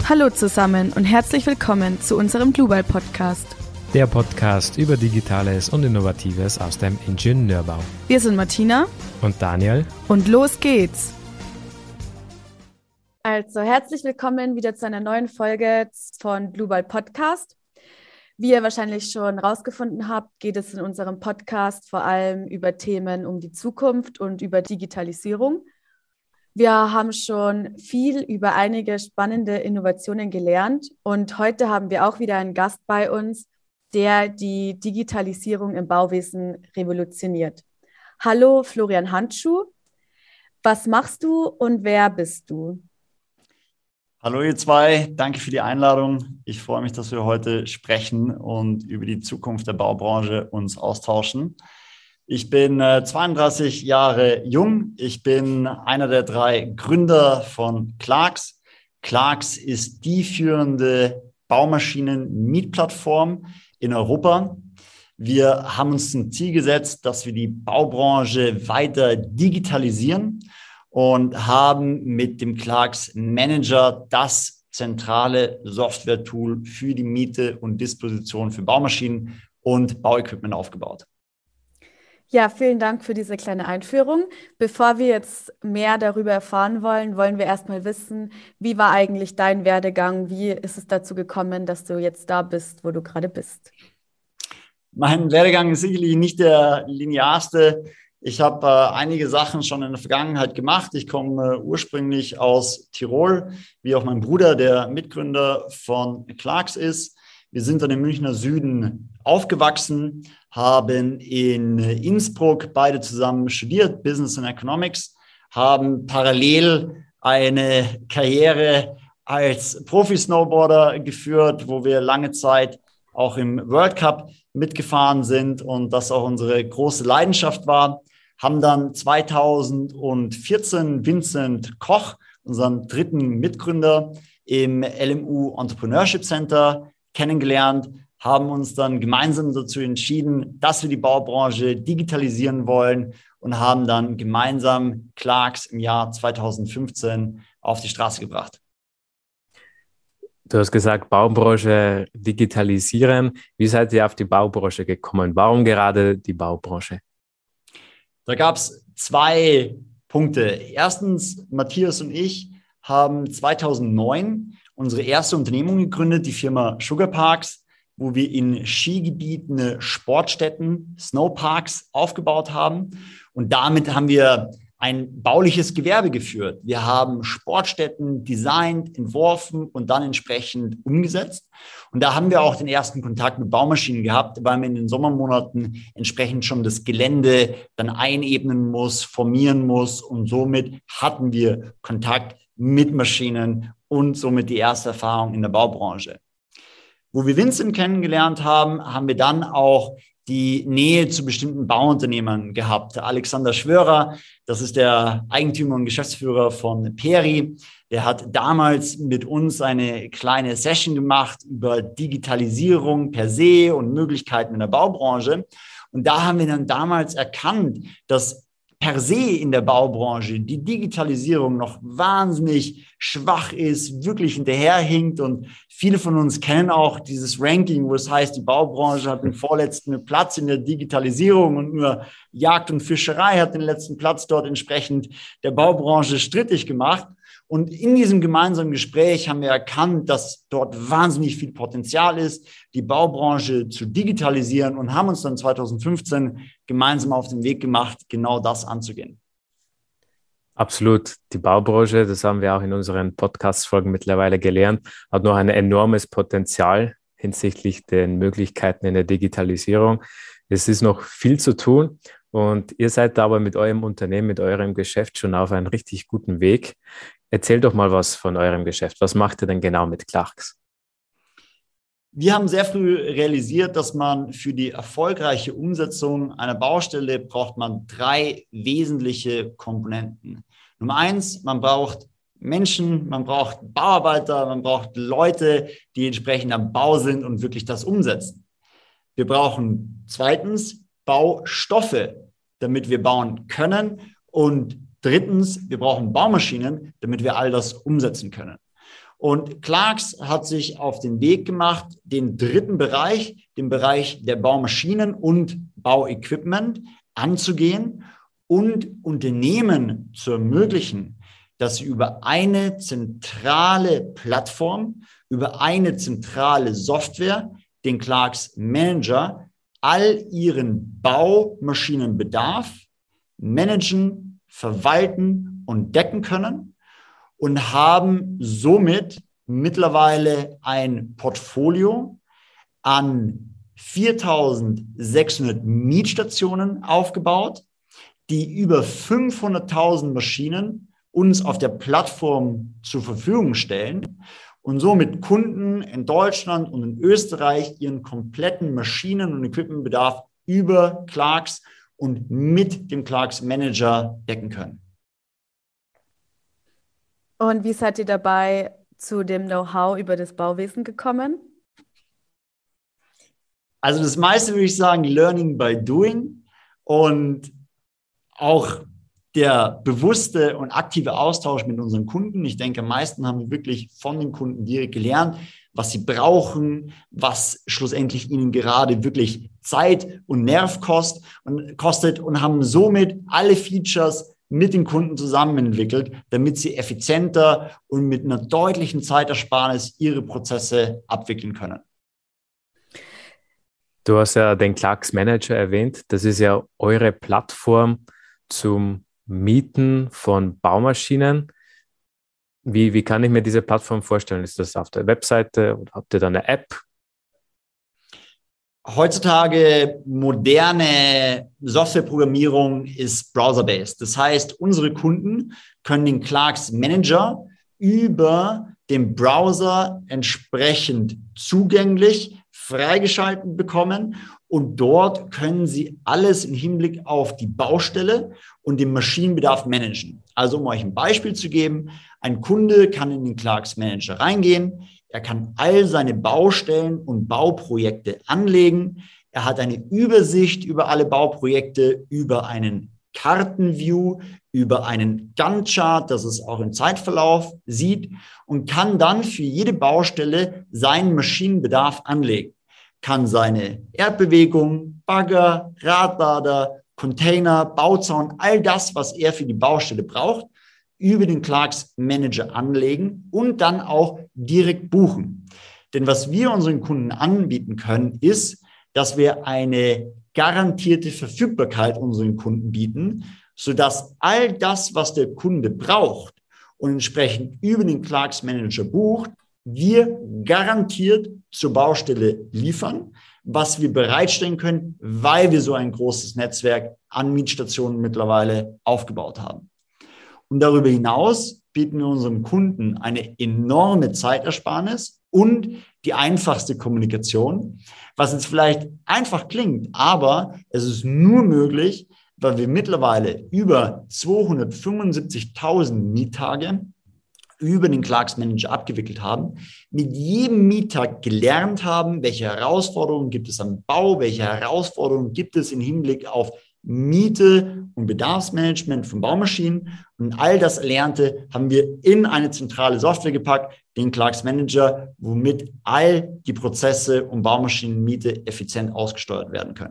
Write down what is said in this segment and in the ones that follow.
Hallo zusammen und herzlich willkommen zu unserem Global Podcast. Der Podcast über Digitales und Innovatives aus dem Ingenieurbau. Wir sind Martina und Daniel und los geht's. Also herzlich willkommen wieder zu einer neuen Folge von Global Podcast. Wie ihr wahrscheinlich schon rausgefunden habt, geht es in unserem Podcast vor allem über Themen um die Zukunft und über Digitalisierung. Wir haben schon viel über einige spannende Innovationen gelernt und heute haben wir auch wieder einen Gast bei uns, der die Digitalisierung im Bauwesen revolutioniert. Hallo Florian Handschuh, was machst du und wer bist du? Hallo ihr zwei, danke für die Einladung. Ich freue mich, dass wir heute sprechen und über die Zukunft der Baubranche uns austauschen. Ich bin 32 Jahre jung. Ich bin einer der 3 Gründer von Clarks. Clarks ist die führende Baumaschinen-Mietplattform in Europa. Wir haben uns zum Ziel gesetzt, dass wir die Baubranche weiter digitalisieren und haben mit dem Clarks Manager das zentrale Software-Tool für die Miete und Disposition für Baumaschinen und Bauequipment aufgebaut. Ja, vielen Dank für diese kleine Einführung. Bevor wir jetzt mehr darüber erfahren wollen, wollen wir erstmal wissen, wie war eigentlich dein Werdegang? Wie ist es dazu gekommen, dass du jetzt da bist, wo du gerade bist? Mein Werdegang ist sicherlich nicht der linearste. Ich habe einige Sachen schon in der Vergangenheit gemacht. Ich komme ursprünglich aus Tirol, wie auch mein Bruder, der Mitgründer von Clarks ist. Wir sind dann im Münchner Süden aufgewachsen, haben in Innsbruck beide zusammen studiert, Business and Economics, haben parallel eine Karriere als Profi-Snowboarder geführt, wo wir lange Zeit auch im World Cup mitgefahren sind und das auch unsere große Leidenschaft war. Haben dann 2014 Vincent Koch, unseren 3. Mitgründer, im LMU Entrepreneurship Center kennengelernt, haben uns dann gemeinsam dazu entschieden, dass wir die Baubranche digitalisieren wollen und haben dann gemeinsam Clarks im Jahr 2015 auf die Straße gebracht. Du hast gesagt, Baubranche digitalisieren. Wie seid ihr auf die Baubranche gekommen? Warum gerade die Baubranche? Da gab es 2 Punkte. Erstens, Matthias und ich haben 2009 unsere erste Unternehmung gegründet, die Firma Sugar Parks, wo wir in Skigebieten Sportstätten, Snowparks aufgebaut haben. Und damit haben wir ein bauliches Gewerbe geführt. Wir haben Sportstätten designt, entworfen und dann entsprechend umgesetzt. Und da haben wir auch den ersten Kontakt mit Baumaschinen gehabt, weil man in den Sommermonaten entsprechend schon das Gelände dann einebnen muss, formieren muss. Und somit hatten wir Kontakt mit Maschinen und somit die erste Erfahrung in der Baubranche. Wo wir Vincent kennengelernt haben, haben wir dann auch die Nähe zu bestimmten Bauunternehmern gehabt. Alexander Schwörer, das ist der Eigentümer und Geschäftsführer von Peri, der hat damals mit uns eine kleine Session gemacht über Digitalisierung per se und Möglichkeiten in der Baubranche. Und da haben wir dann damals erkannt, dass per se in der Baubranche die Digitalisierung noch wahnsinnig schwach ist, wirklich hinterherhinkt und viele von uns kennen auch dieses Ranking, wo es heißt, die Baubranche hat den vorletzten Platz in der Digitalisierung und nur Jagd und Fischerei hat den letzten Platz dort entsprechend der Baubranche strittig gemacht. Und in diesem gemeinsamen Gespräch haben wir erkannt, dass dort wahnsinnig viel Potenzial ist, die Baubranche zu digitalisieren und haben uns dann 2015 gemeinsam auf den Weg gemacht, genau das anzugehen. Absolut. Die Baubranche, das haben wir auch in unseren Podcast-Folgen mittlerweile gelernt, hat noch ein enormes Potenzial hinsichtlich den Möglichkeiten in der Digitalisierung. Es ist noch viel zu tun und ihr seid aber mit eurem Unternehmen, mit eurem Geschäft schon auf einem richtig guten Weg. Erzählt doch mal was von eurem Geschäft. Was macht ihr denn genau mit Clarks? Wir haben sehr früh realisiert, dass man für die erfolgreiche Umsetzung einer Baustelle braucht man 3 wesentliche Komponenten. Nummer 1, man braucht Menschen, man braucht Bauarbeiter, man braucht Leute, die entsprechend am Bau sind und wirklich das umsetzen. Wir brauchen 2. Baustoffe, damit wir bauen können und 3. wir brauchen Baumaschinen, damit wir all das umsetzen können. Und Clarks hat sich auf den Weg gemacht, den dritten Bereich, den Bereich der Baumaschinen und Bauequipment anzugehen und Unternehmen zu ermöglichen, dass sie über eine zentrale Plattform, über eine zentrale Software, den Clarks Manager, all ihren Baumaschinenbedarf managen, verwalten und decken können und haben somit mittlerweile ein Portfolio an 4.600 Mietstationen aufgebaut, die über 500.000 Maschinen uns auf der Plattform zur Verfügung stellen und somit Kunden in Deutschland und in Österreich ihren kompletten Maschinen- und Equipmentbedarf über Clarks und mit dem Clarks Manager decken können. Und wie seid ihr dabei zu dem Know-how über das Bauwesen gekommen? Also das meiste würde ich sagen, Learning by Doing und auch der bewusste und aktive Austausch mit unseren Kunden. Ich denke, am meisten haben wir wirklich von den Kunden direkt gelernt, was sie brauchen, was schlussendlich ihnen gerade wirklich Zeit und Nerv kostet und haben somit alle Features mit den Kunden zusammen entwickelt, damit sie effizienter und mit einer deutlichen Zeitersparnis ihre Prozesse abwickeln können. Du hast ja den Clarks Manager erwähnt. Das ist ja eure Plattform zum Mieten von Baumaschinen. Wie kann ich mir diese Plattform vorstellen? Ist das auf der Webseite oder habt ihr da eine App? Heutzutage moderne Softwareprogrammierung ist browser-based. Das heißt, unsere Kunden können den Clarks Manager über den Browser entsprechend zugänglich freigeschaltet bekommen und dort können Sie alles im Hinblick auf die Baustelle und den Maschinenbedarf managen. Also um euch ein Beispiel zu geben, ein Kunde kann in den Clarks Manager reingehen, er kann all seine Baustellen und Bauprojekte anlegen, er hat eine Übersicht über alle Bauprojekte, über einen Kartenview, über einen Gantt-Chart, das es auch im Zeitverlauf sieht und kann dann für jede Baustelle seinen Maschinenbedarf anlegen. Kann seine Erdbewegung, Bagger, Radlader, Container, Bauzaun, all das, was er für die Baustelle braucht, über den Clarks Manager anlegen und dann auch direkt buchen. Denn was wir unseren Kunden anbieten können, ist, dass wir eine garantierte Verfügbarkeit unseren Kunden bieten, sodass all das, was der Kunde braucht und entsprechend über den Clarks Manager bucht, wir garantiert zur Baustelle liefern, was wir bereitstellen können, weil wir so ein großes Netzwerk an Mietstationen mittlerweile aufgebaut haben. Und darüber hinaus bieten wir unseren Kunden eine enorme Zeitersparnis und die einfachste Kommunikation, was jetzt vielleicht einfach klingt, aber es ist nur möglich, weil wir mittlerweile über 275.000 Miettage über den Clarks Manager abgewickelt haben, mit jedem Miettag gelernt haben, welche Herausforderungen gibt es am Bau, welche Herausforderungen gibt es im Hinblick auf Miete und Bedarfsmanagement von Baumaschinen. Und all das Erlernte haben wir in eine zentrale Software gepackt, den Clarks Manager, womit all die Prozesse und Baumaschinenmiete effizient ausgesteuert werden können.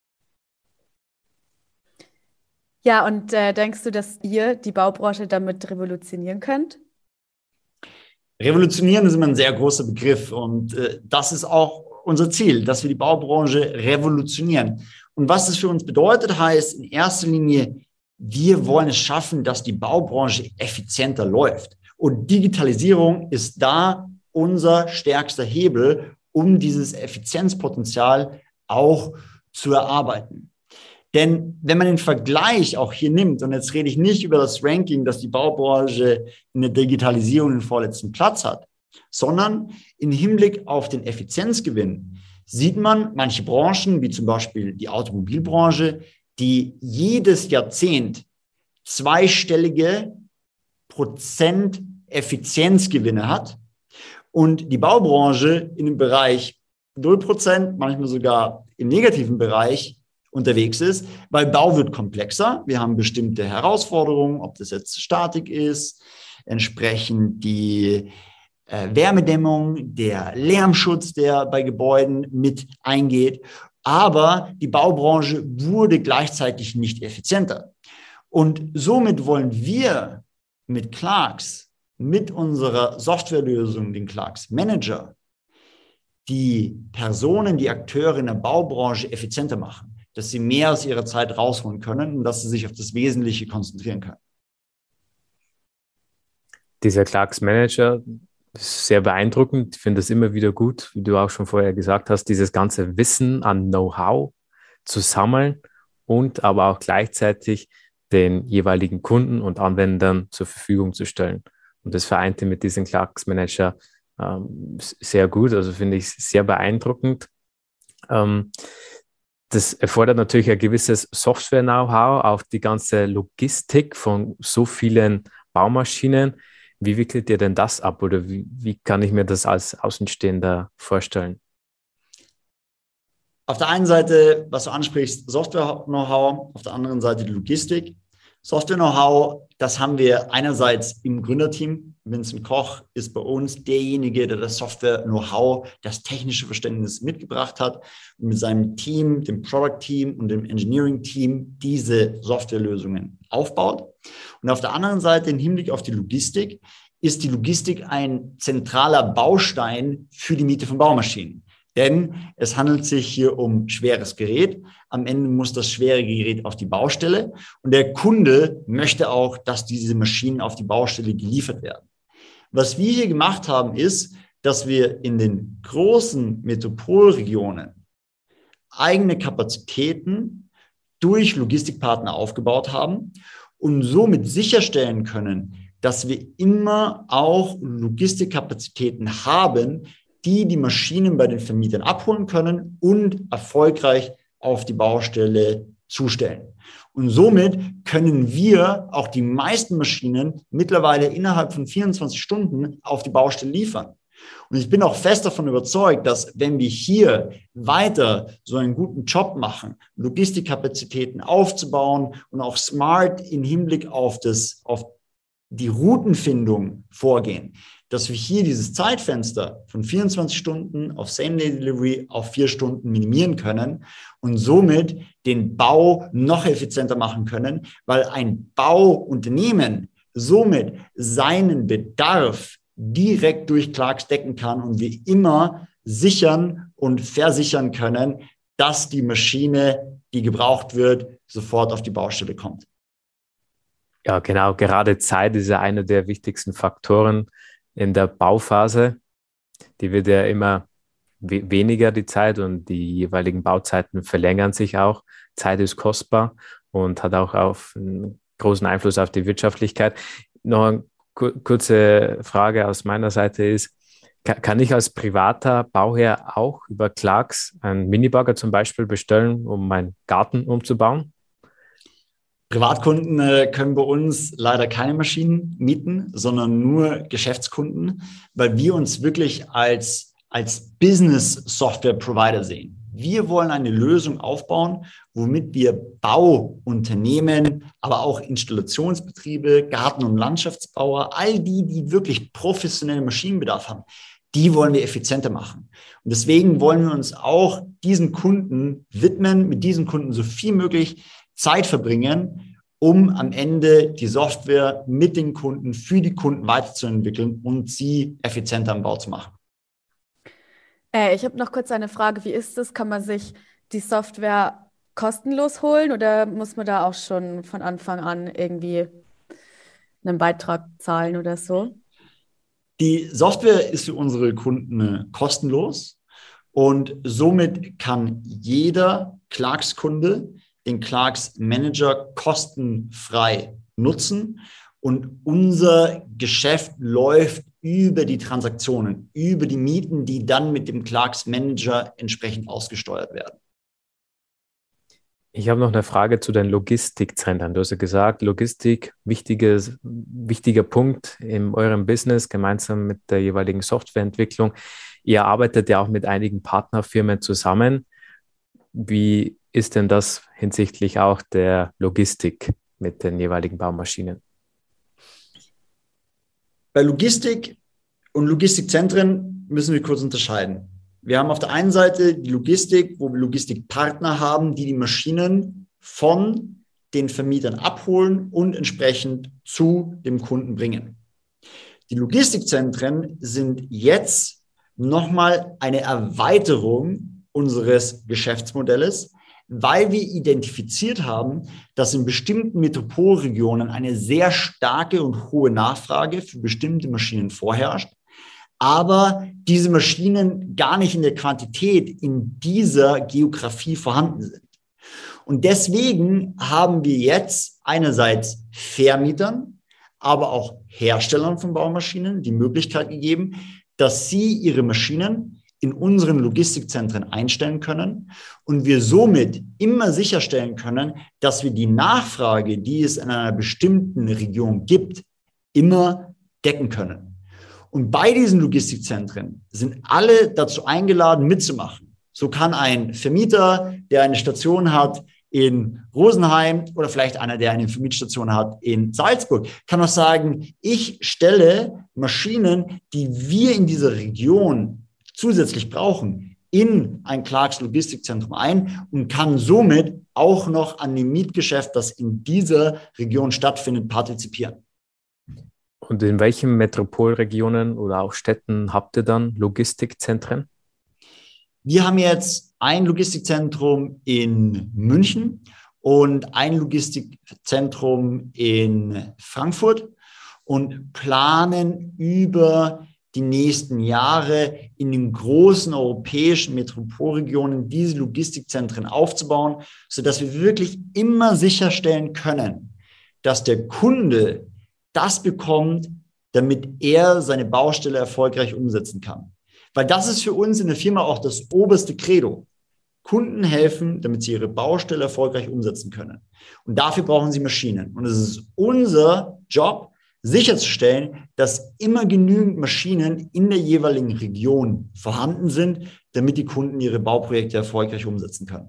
Ja, und denkst du, dass ihr die Baubranche damit revolutionieren könnt? Revolutionieren ist immer ein sehr großer Begriff und das ist auch unser Ziel, dass wir die Baubranche revolutionieren. Und was das für uns bedeutet, heißt in erster Linie, wir wollen es schaffen, dass die Baubranche effizienter läuft. Und Digitalisierung ist da unser stärkster Hebel, um dieses Effizienzpotenzial auch zu erarbeiten. Denn wenn man den Vergleich auch hier nimmt, und jetzt rede ich nicht über das Ranking, dass die Baubranche in der Digitalisierung den vorletzten Platz hat, sondern im Hinblick auf den Effizienzgewinn sieht man manche Branchen, wie zum Beispiel die Automobilbranche, die jedes Jahrzehnt zweistellige Prozent Effizienzgewinne hat und die Baubranche in dem Bereich 0%, manchmal sogar im negativen Bereich unterwegs ist, weil Bau wird komplexer. Wir haben bestimmte Herausforderungen, ob das jetzt Statik ist, entsprechend die Wärmedämmung, der Lärmschutz, der bei Gebäuden mit eingeht. Aber die Baubranche wurde gleichzeitig nicht effizienter. Und somit wollen wir mit Clarks, mit unserer Softwarelösung, den Clarks Manager, die Personen, die Akteure in der Baubranche effizienter machen, dass sie mehr aus ihrer Zeit rausholen können und dass sie sich auf das Wesentliche konzentrieren können. Dieser Clarks Manager ist sehr beeindruckend. Ich finde das immer wieder gut, wie du auch schon vorher gesagt hast, dieses ganze Wissen an Know-how zu sammeln und aber auch gleichzeitig den jeweiligen Kunden und Anwendern zur Verfügung zu stellen. Und das vereinte mit diesem Clarks Manager sehr gut, also finde ich sehr beeindruckend. Das erfordert natürlich ein gewisses Software-Know-how, auch die ganze Logistik von so vielen Baumaschinen. Wie wickelt ihr denn das ab oder wie kann ich mir das als Außenstehender vorstellen? Auf der einen Seite, was du ansprichst, Software-Know-how, auf der anderen Seite die Logistik. Software-Know-how, das haben wir einerseits im Gründerteam. Vincent Koch ist bei uns derjenige, der das Software-Know-how, das technische Verständnis mitgebracht hat und mit seinem Team, dem Product-Team und dem Engineering-Team diese Softwarelösungen aufbaut. Und auf der anderen Seite, im Hinblick auf die Logistik, ist die Logistik ein zentraler Baustein für die Miete von Baumaschinen. Denn es handelt sich hier um schweres Gerät. Am Ende muss das schwere Gerät auf die Baustelle und der Kunde möchte auch, dass diese Maschinen auf die Baustelle geliefert werden. Was wir hier gemacht haben, ist, dass wir in den großen Metropolregionen eigene Kapazitäten durch Logistikpartner aufgebaut haben und somit sicherstellen können, dass wir immer auch Logistikkapazitäten haben, die Maschinen bei den Vermietern abholen können und erfolgreich auf die Baustelle zustellen. Und somit können wir auch die meisten Maschinen mittlerweile innerhalb von 24 Stunden auf die Baustelle liefern. Und ich bin auch fest davon überzeugt, dass wenn wir hier weiter so einen guten Job machen, Logistikkapazitäten aufzubauen und auch smart im Hinblick auf die Routenfindung vorgehen, dass wir hier dieses Zeitfenster von 24 Stunden auf Same-Day-Delivery auf 4 Stunden minimieren können und somit den Bau noch effizienter machen können, weil ein Bauunternehmen somit seinen Bedarf direkt durch Clarks decken kann und wir immer sichern und versichern können, dass die Maschine, die gebraucht wird, sofort auf die Baustelle kommt. Ja, genau. Gerade Zeit ist ja einer der wichtigsten Faktoren in der Bauphase. Die wird ja immer weniger, die Zeit, und die jeweiligen Bauzeiten verlängern sich auch. Zeit ist kostbar und hat auch einen großen Einfluss auf die Wirtschaftlichkeit. Noch eine kurze Frage aus meiner Seite ist, kann ich als privater Bauherr auch über Clarks einen Minibagger zum Beispiel bestellen, um meinen Garten umzubauen? Privatkunden können bei uns leider keine Maschinen mieten, sondern nur Geschäftskunden, weil wir uns wirklich als Business-Software-Provider sehen. Wir wollen eine Lösung aufbauen, womit wir Bauunternehmen, aber auch Installationsbetriebe, Garten- und Landschaftsbauer, all die wirklich professionellen Maschinenbedarf haben, die wollen wir effizienter machen. Und deswegen wollen wir uns auch diesen Kunden widmen, mit diesen Kunden so viel möglich Zeit verbringen, um am Ende die Software mit den Kunden, für die Kunden weiterzuentwickeln und sie effizienter am Bau zu machen. Ich habe noch kurz eine Frage. Wie ist es? Kann man sich die Software kostenlos holen oder muss man da auch schon von Anfang an irgendwie einen Beitrag zahlen oder so? Die Software ist für unsere Kunden kostenlos und somit kann jeder Clarks-Kunde den Clarks Manager kostenfrei nutzen und unser Geschäft läuft über die Transaktionen, über die Mieten, die dann mit dem Clarks Manager entsprechend ausgesteuert werden. Ich habe noch eine Frage zu den Logistikzentren. Du hast ja gesagt, Logistik, wichtiger Punkt in eurem Business, gemeinsam mit der jeweiligen Softwareentwicklung. Ihr arbeitet ja auch mit einigen Partnerfirmen zusammen. Wie ist denn das hinsichtlich auch der Logistik mit den jeweiligen Baumaschinen? Bei Logistik Und Logistikzentren müssen wir kurz unterscheiden. Wir haben auf der einen Seite die Logistik, wo wir Logistikpartner haben, die Maschinen von den Vermietern abholen und entsprechend zu dem Kunden bringen. Die Logistikzentren sind jetzt nochmal eine Erweiterung unseres Geschäftsmodells, weil wir identifiziert haben, dass in bestimmten Metropolregionen eine sehr starke und hohe Nachfrage für bestimmte Maschinen vorherrscht, aber diese Maschinen gar nicht in der Quantität in dieser Geografie vorhanden sind. Und deswegen haben wir jetzt einerseits Vermietern, aber auch Herstellern von Baumaschinen die Möglichkeit gegeben, dass sie ihre Maschinen in unseren Logistikzentren einstellen können und wir somit immer sicherstellen können, dass wir die Nachfrage, die es in einer bestimmten Region gibt, immer decken können. Und bei diesen Logistikzentren sind alle dazu eingeladen, mitzumachen. So kann ein Vermieter, der eine Station hat in Rosenheim oder vielleicht einer, der eine Vermietstation hat in Salzburg, kann auch sagen, ich stelle Maschinen, die wir in dieser Region zusätzlich brauchen, in ein Clarks Logistikzentrum ein und kann somit auch noch an dem Mietgeschäft, das in dieser Region stattfindet, partizipieren. Und in welchen Metropolregionen oder auch Städten habt ihr dann Logistikzentren? Wir haben jetzt ein Logistikzentrum in München und ein Logistikzentrum in Frankfurt und planen über die nächsten Jahre in den großen europäischen Metropolregionen diese Logistikzentren aufzubauen, sodass wir wirklich immer sicherstellen können, dass der Kunde das bekommt, damit er seine Baustelle erfolgreich umsetzen kann. Weil das ist für uns in der Firma auch das oberste Credo. Kunden helfen, damit sie ihre Baustelle erfolgreich umsetzen können. Und dafür brauchen sie Maschinen. Und es ist unser Job, sicherzustellen, dass immer genügend Maschinen in der jeweiligen Region vorhanden sind, damit die Kunden ihre Bauprojekte erfolgreich umsetzen können.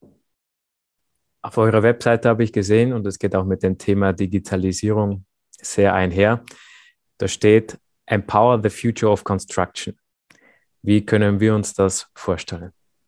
Auf eurer Webseite habe ich gesehen, und es geht auch mit dem Thema Digitalisierung sehr einher, da steht Empower the Future of Construction. Wie können wir uns das vorstellen?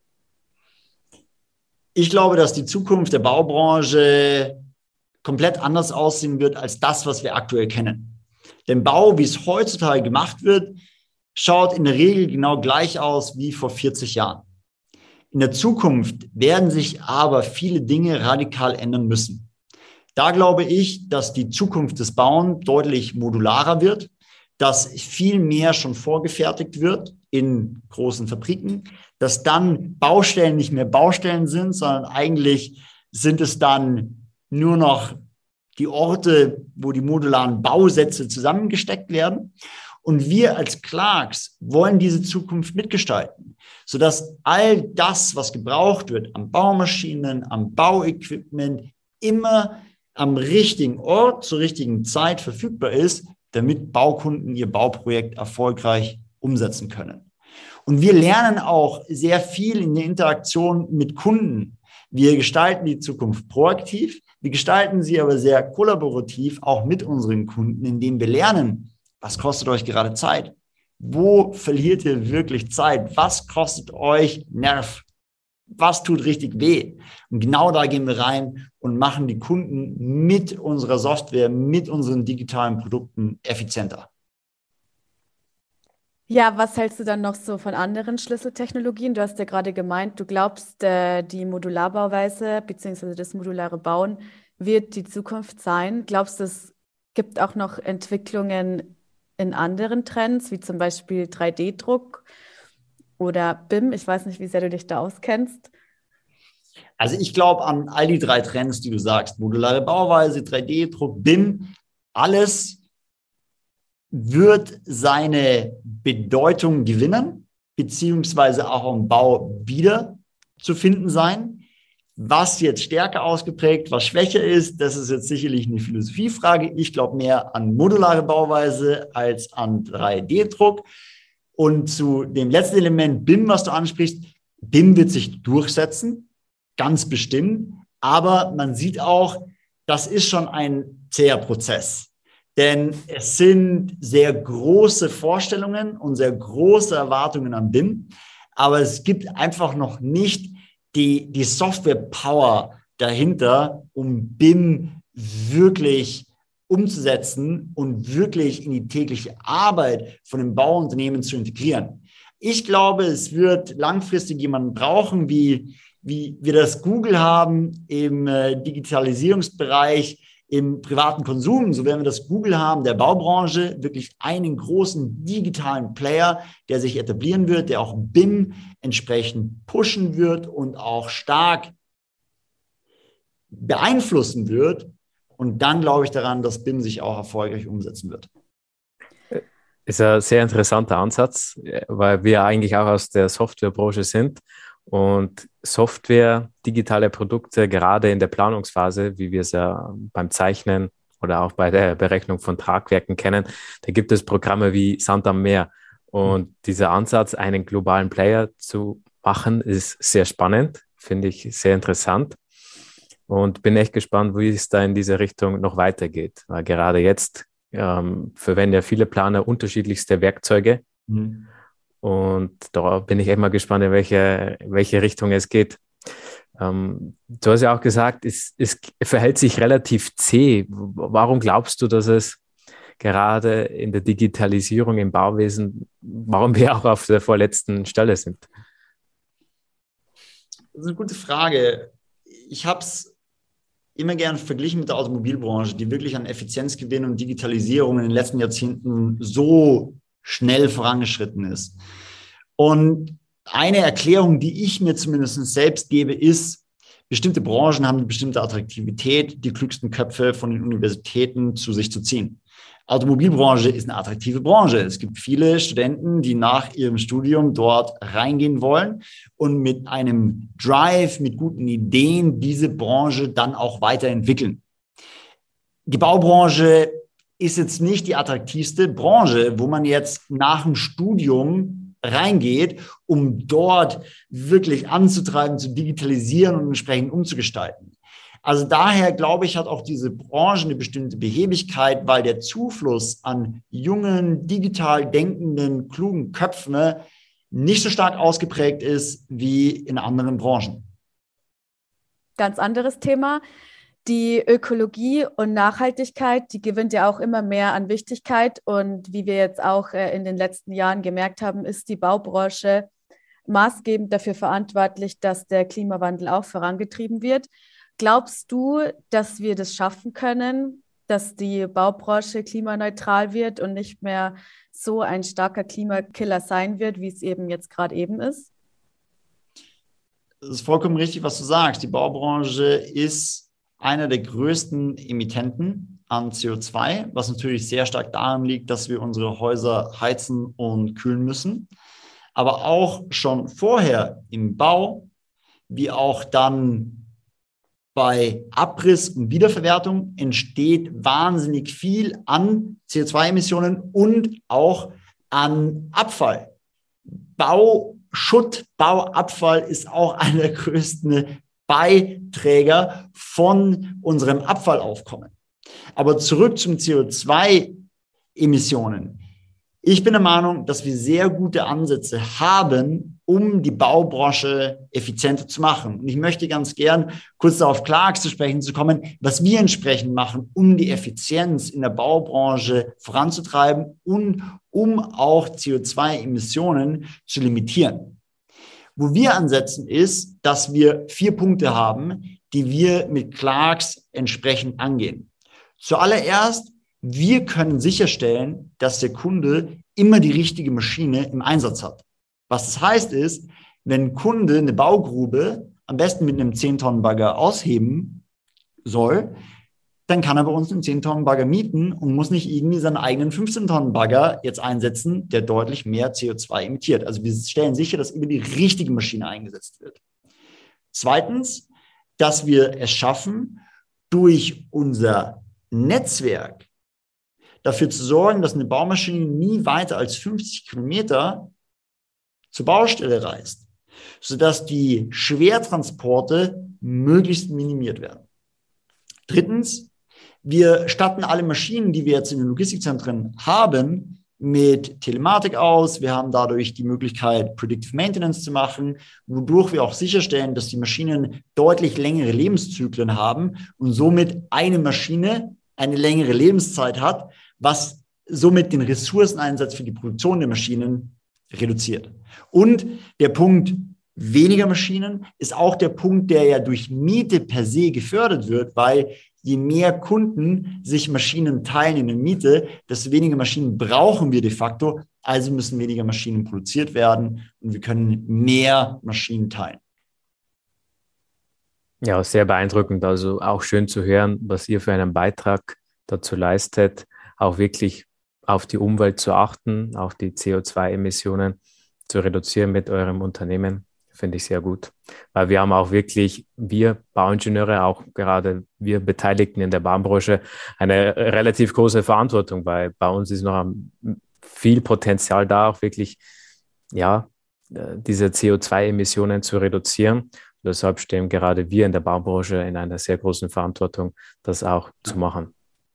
Ich glaube, dass die Zukunft der Baubranche komplett anders aussehen wird als das, was wir aktuell kennen. Denn Bau, wie es heutzutage gemacht wird, schaut in der Regel genau gleich aus wie vor 40 Jahren. In der Zukunft werden sich aber viele Dinge radikal ändern müssen. Da glaube ich, dass die Zukunft des Bauens deutlich modularer wird, dass viel mehr schon vorgefertigt wird in großen Fabriken, dass dann Baustellen nicht mehr Baustellen sind, sondern eigentlich sind es dann nur noch die Orte, wo die modularen Bausätze zusammengesteckt werden. Und wir als Clarks wollen diese Zukunft mitgestalten, sodass all das, was gebraucht wird an Baumaschinen, am Bauequipment, immer am richtigen Ort zur richtigen Zeit verfügbar ist, damit Baukunden ihr Bauprojekt erfolgreich umsetzen können. Und wir lernen auch sehr viel in der Interaktion mit Kunden. Wir gestalten die Zukunft proaktiv, wir gestalten sie aber sehr kollaborativ auch mit unseren Kunden, indem wir lernen, was kostet euch gerade Zeit? Wo verliert ihr wirklich Zeit? Was kostet euch Nerv? Was tut richtig weh? Und genau da gehen wir rein und machen die Kunden mit unserer Software, mit unseren digitalen Produkten effizienter. Ja, was hältst du dann noch so von anderen Schlüsseltechnologien? Du hast ja gerade gemeint, du glaubst, die Modularbauweise bzw. das modulare Bauen wird die Zukunft sein. Glaubst du, es gibt auch noch Entwicklungen in anderen Trends, wie zum Beispiel 3D-Druck oder BIM? Ich weiß nicht, wie sehr du dich da auskennst. Also ich glaube an all die drei Trends, die du sagst. Modulare Bauweise, 3D-Druck, BIM, alles wird seine Bedeutung gewinnen, beziehungsweise auch im Bau wieder zu finden sein. Was jetzt stärker ausgeprägt, was schwächer ist, das ist jetzt sicherlich eine Philosophiefrage. Ich glaube mehr an modulare Bauweise als an 3D-Druck. Und zu dem letzten Element BIM, was du ansprichst, BIM wird sich durchsetzen, ganz bestimmt. Aber man sieht auch, das ist schon ein zäher Prozess. Denn es sind sehr große Vorstellungen und sehr große Erwartungen an BIM, aber es gibt einfach noch nicht die Software-Power dahinter, um BIM wirklich umzusetzen und wirklich in die tägliche Arbeit von den Bauunternehmen zu integrieren. Ich glaube, es wird langfristig jemanden brauchen, wie wir das Google haben im Digitalisierungsbereich, im privaten Konsum. So werden wir das Google haben, der Baubranche, wirklich einen großen digitalen Player, der sich etablieren wird, der auch BIM entsprechend pushen wird und auch stark beeinflussen wird. Und dann glaube ich daran, dass BIM sich auch erfolgreich umsetzen wird. Ist ein sehr interessanter Ansatz, weil wir eigentlich auch aus der Softwarebranche sind und Software, digitale Produkte, gerade in der Planungsphase, wie wir es ja beim Zeichnen oder auch bei der Berechnung von Tragwerken kennen, da gibt es Programme wie Sand am Meer. Und dieser Ansatz, einen globalen Player zu machen, ist sehr spannend, finde ich sehr interessant. Und bin echt gespannt, wie es da in diese Richtung noch weitergeht. Weil gerade jetzt verwenden ja viele Planer unterschiedlichste Werkzeuge. Mhm. Und da bin ich echt mal gespannt, in welche Richtung es geht. Du hast ja auch gesagt, es verhält sich relativ zäh. Warum glaubst du, dass es gerade in der Digitalisierung im Bauwesen, warum wir auch auf der vorletzten Stelle sind? Das ist eine gute Frage. Ich habe es immer gern verglichen mit der Automobilbranche, die wirklich an Effizienzgewinn und Digitalisierung in den letzten Jahrzehnten so schnell vorangeschritten ist. Und eine Erklärung, die ich mir zumindest selbst gebe, ist, bestimmte Branchen haben eine bestimmte Attraktivität, die klügsten Köpfe von den Universitäten zu sich zu ziehen. Automobilbranche ist eine attraktive Branche. Es gibt viele Studenten, die nach ihrem Studium dort reingehen wollen und mit einem Drive, mit guten Ideen diese Branche dann auch weiterentwickeln. Die Baubranche ist jetzt nicht die attraktivste Branche, wo man jetzt nach dem Studium reingeht, um dort wirklich anzutreiben, zu digitalisieren und entsprechend umzugestalten. Also daher, glaube ich, hat auch diese Branche eine bestimmte Behebigkeit, weil der Zufluss an jungen, digital denkenden, klugen Köpfen nicht so stark ausgeprägt ist wie in anderen Branchen. Ganz anderes Thema. Die Ökologie und Nachhaltigkeit, die gewinnt ja auch immer mehr an Wichtigkeit. Und wie wir jetzt auch in den letzten Jahren gemerkt haben, ist die Baubranche maßgebend dafür verantwortlich, dass der Klimawandel auch vorangetrieben wird. Glaubst du, dass wir das schaffen können, dass die Baubranche klimaneutral wird und nicht mehr so ein starker Klimakiller sein wird, wie es eben jetzt gerade eben ist? Das ist vollkommen richtig, was du sagst. Die Baubranche ist einer der größten Emittenten an CO2, was natürlich sehr stark daran liegt, dass wir unsere Häuser heizen und kühlen müssen. Aber auch schon vorher im Bau, wie auch dann bei Abriss und Wiederverwertung entsteht wahnsinnig viel an CO2-Emissionen und auch an Abfall. Bauschutt, Bauabfall ist auch einer der größten Beiträger von unserem Abfallaufkommen. Aber zurück zum CO2-Emissionen. Ich bin der Meinung, dass wir sehr gute Ansätze haben, um die Baubranche effizienter zu machen. Und ich möchte ganz gern kurz darauf Clarks zu sprechen zu kommen, was wir entsprechend machen, um die Effizienz in der Baubranche voranzutreiben und um auch CO2-Emissionen zu limitieren. Wo wir ansetzen ist, dass wir 4 Punkte haben, die wir mit Clarks entsprechend angehen. Zuallererst, wir können sicherstellen, dass der Kunde immer die richtige Maschine im Einsatz hat. Was das heißt ist, wenn ein Kunde eine Baugrube am besten mit einem 10-Tonnen-Bagger ausheben soll, dann kann er bei uns einen 10-Tonnen-Bagger mieten und muss nicht irgendwie seinen eigenen 15-Tonnen-Bagger jetzt einsetzen, der deutlich mehr CO2 emittiert. Also wir stellen sicher, dass immer die richtige Maschine eingesetzt wird. Zweitens, dass wir es schaffen, durch unser Netzwerk dafür zu sorgen, dass eine Baumaschine nie weiter als 50 Kilometer zur Baustelle reist, sodass die Schwertransporte möglichst minimiert werden. Drittens, Wir statten alle Maschinen, die wir jetzt in den Logistikzentren haben, mit Telematik aus. Wir haben dadurch die Möglichkeit, Predictive Maintenance zu machen, wodurch wir auch sicherstellen, dass die Maschinen deutlich längere Lebenszyklen haben und somit eine Maschine eine längere Lebenszeit hat, was somit den Ressourceneinsatz für die Produktion der Maschinen reduziert. Und der Punkt weniger Maschinen ist auch der Punkt, der ja durch Miete per se gefördert wird, weil je mehr Kunden sich Maschinen teilen in der Miete, desto weniger Maschinen brauchen wir de facto, also müssen weniger Maschinen produziert werden und wir können mehr Maschinen teilen. Ja, sehr beeindruckend. Also auch schön zu hören, was ihr für einen Beitrag dazu leistet, auch wirklich auf die Umwelt zu achten, auch die CO2-Emissionen zu reduzieren mit eurem Unternehmen. Finde ich sehr gut, weil wir haben auch wirklich, wir Bauingenieure, auch gerade wir Beteiligten in der Baubranche, eine relativ große Verantwortung, weil bei uns ist noch viel Potenzial da, auch wirklich, ja, diese CO2-Emissionen zu reduzieren. Deshalb stehen gerade wir in der Baubranche in einer sehr großen Verantwortung, das auch zu machen.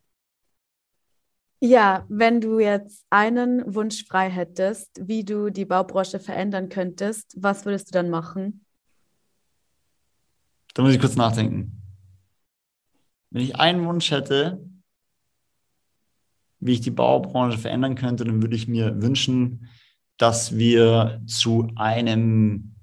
Ja, wenn du jetzt einen Wunsch frei hättest, wie du die Baubranche verändern könntest, was würdest du dann machen? Da muss ich kurz nachdenken. Wenn ich einen Wunsch hätte, wie ich die Baubranche verändern könnte, dann würde ich mir wünschen, dass wir zu einem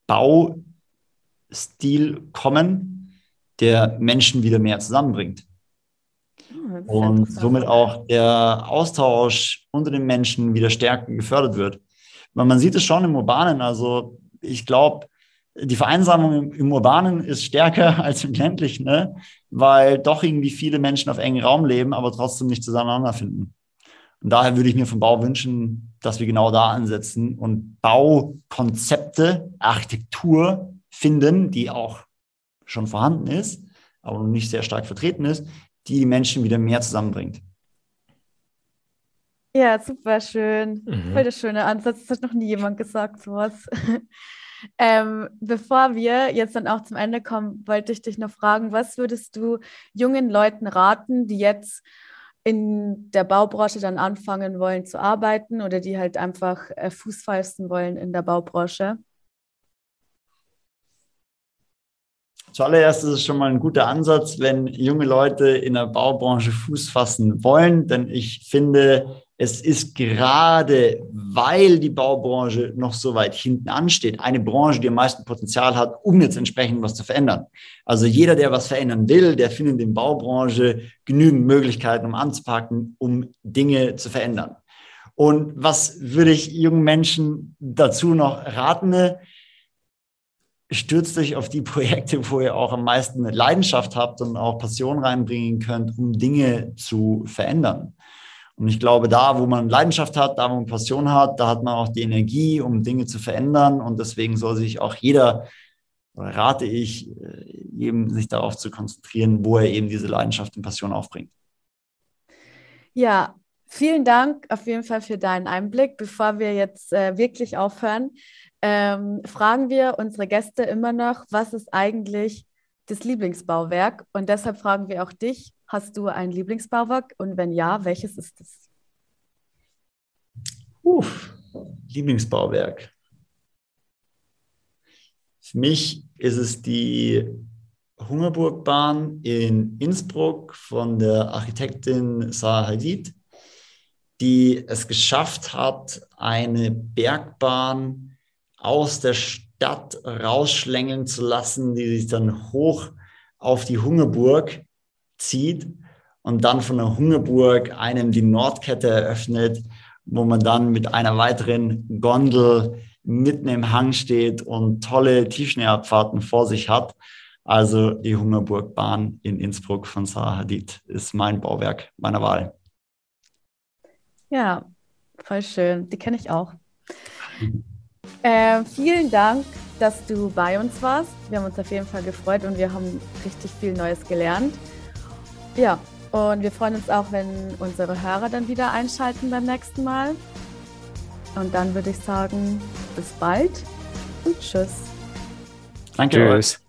Baustil kommen, der Menschen wieder mehr zusammenbringt. Und somit auch der Austausch unter den Menschen wieder stärker gefördert wird. Weil man sieht es schon im Urbanen, also ich glaube, die Vereinsamung im Urbanen ist stärker als im ländlichen, ne? Weil doch irgendwie viele Menschen auf engem Raum leben, aber trotzdem nicht zueinander finden. Und daher würde ich mir vom Bau wünschen, dass wir genau da ansetzen und Baukonzepte, Architektur finden, die auch schon vorhanden ist, aber noch nicht sehr stark vertreten ist, die Menschen wieder mehr zusammenbringt. Ja, super schön. Voll der schöne Ansatz. Das hat noch nie jemand gesagt, sowas. Bevor wir jetzt dann auch zum Ende kommen, wollte ich dich noch fragen, was würdest du jungen Leuten raten, die jetzt in der Baubranche dann anfangen wollen zu arbeiten oder die halt einfach Fuß fassen wollen in der Baubranche? Zuallererst ist es schon mal ein guter Ansatz, wenn junge Leute in der Baubranche Fuß fassen wollen, denn ich finde, es ist gerade, weil die Baubranche noch so weit hinten ansteht, eine Branche, die am meisten Potenzial hat, um jetzt entsprechend was zu verändern. Also jeder, der was verändern will, der findet in der Baubranche genügend Möglichkeiten, um anzupacken, um Dinge zu verändern. Und was würde ich jungen Menschen dazu noch raten? Stürzt euch auf die Projekte, wo ihr auch am meisten Leidenschaft habt und auch Passion reinbringen könnt, um Dinge zu verändern. Und ich glaube, da, wo man Leidenschaft hat, da, wo man Passion hat, da hat man auch die Energie, um Dinge zu verändern. Und deswegen soll sich auch jeder, oder rate ich, eben sich darauf zu konzentrieren, wo er eben diese Leidenschaft und Passion aufbringt. Ja, vielen Dank auf jeden Fall für deinen Einblick. Bevor wir jetzt wirklich aufhören, fragen wir unsere Gäste immer noch, was ist eigentlich das Lieblingsbauwerk? Und deshalb fragen wir auch dich, hast du ein Lieblingsbauwerk? Und wenn ja, welches ist es? Lieblingsbauwerk. Für mich ist es die Hungerburgbahn in Innsbruck von der Architektin Zaha Hadid, die es geschafft hat, eine Bergbahn aus der Stadt rausschlängeln zu lassen, die sich dann hoch auf die Hungerburg zieht und dann von der Hungerburg einem die Nordkette eröffnet, wo man dann mit einer weiteren Gondel mitten im Hang steht und tolle Tiefschneeabfahrten vor sich hat. Also die Hungerburgbahn in Innsbruck von Zaha Hadid ist mein Bauwerk meiner Wahl. Ja, voll schön. Die kenne ich auch. Vielen Dank, dass du bei uns warst. Wir haben uns auf jeden Fall gefreut und wir haben richtig viel Neues gelernt. Ja, und wir freuen uns auch, wenn unsere Hörer dann wieder einschalten beim nächsten Mal. Und dann würde ich sagen, bis bald und tschüss. Danke. Tschüss.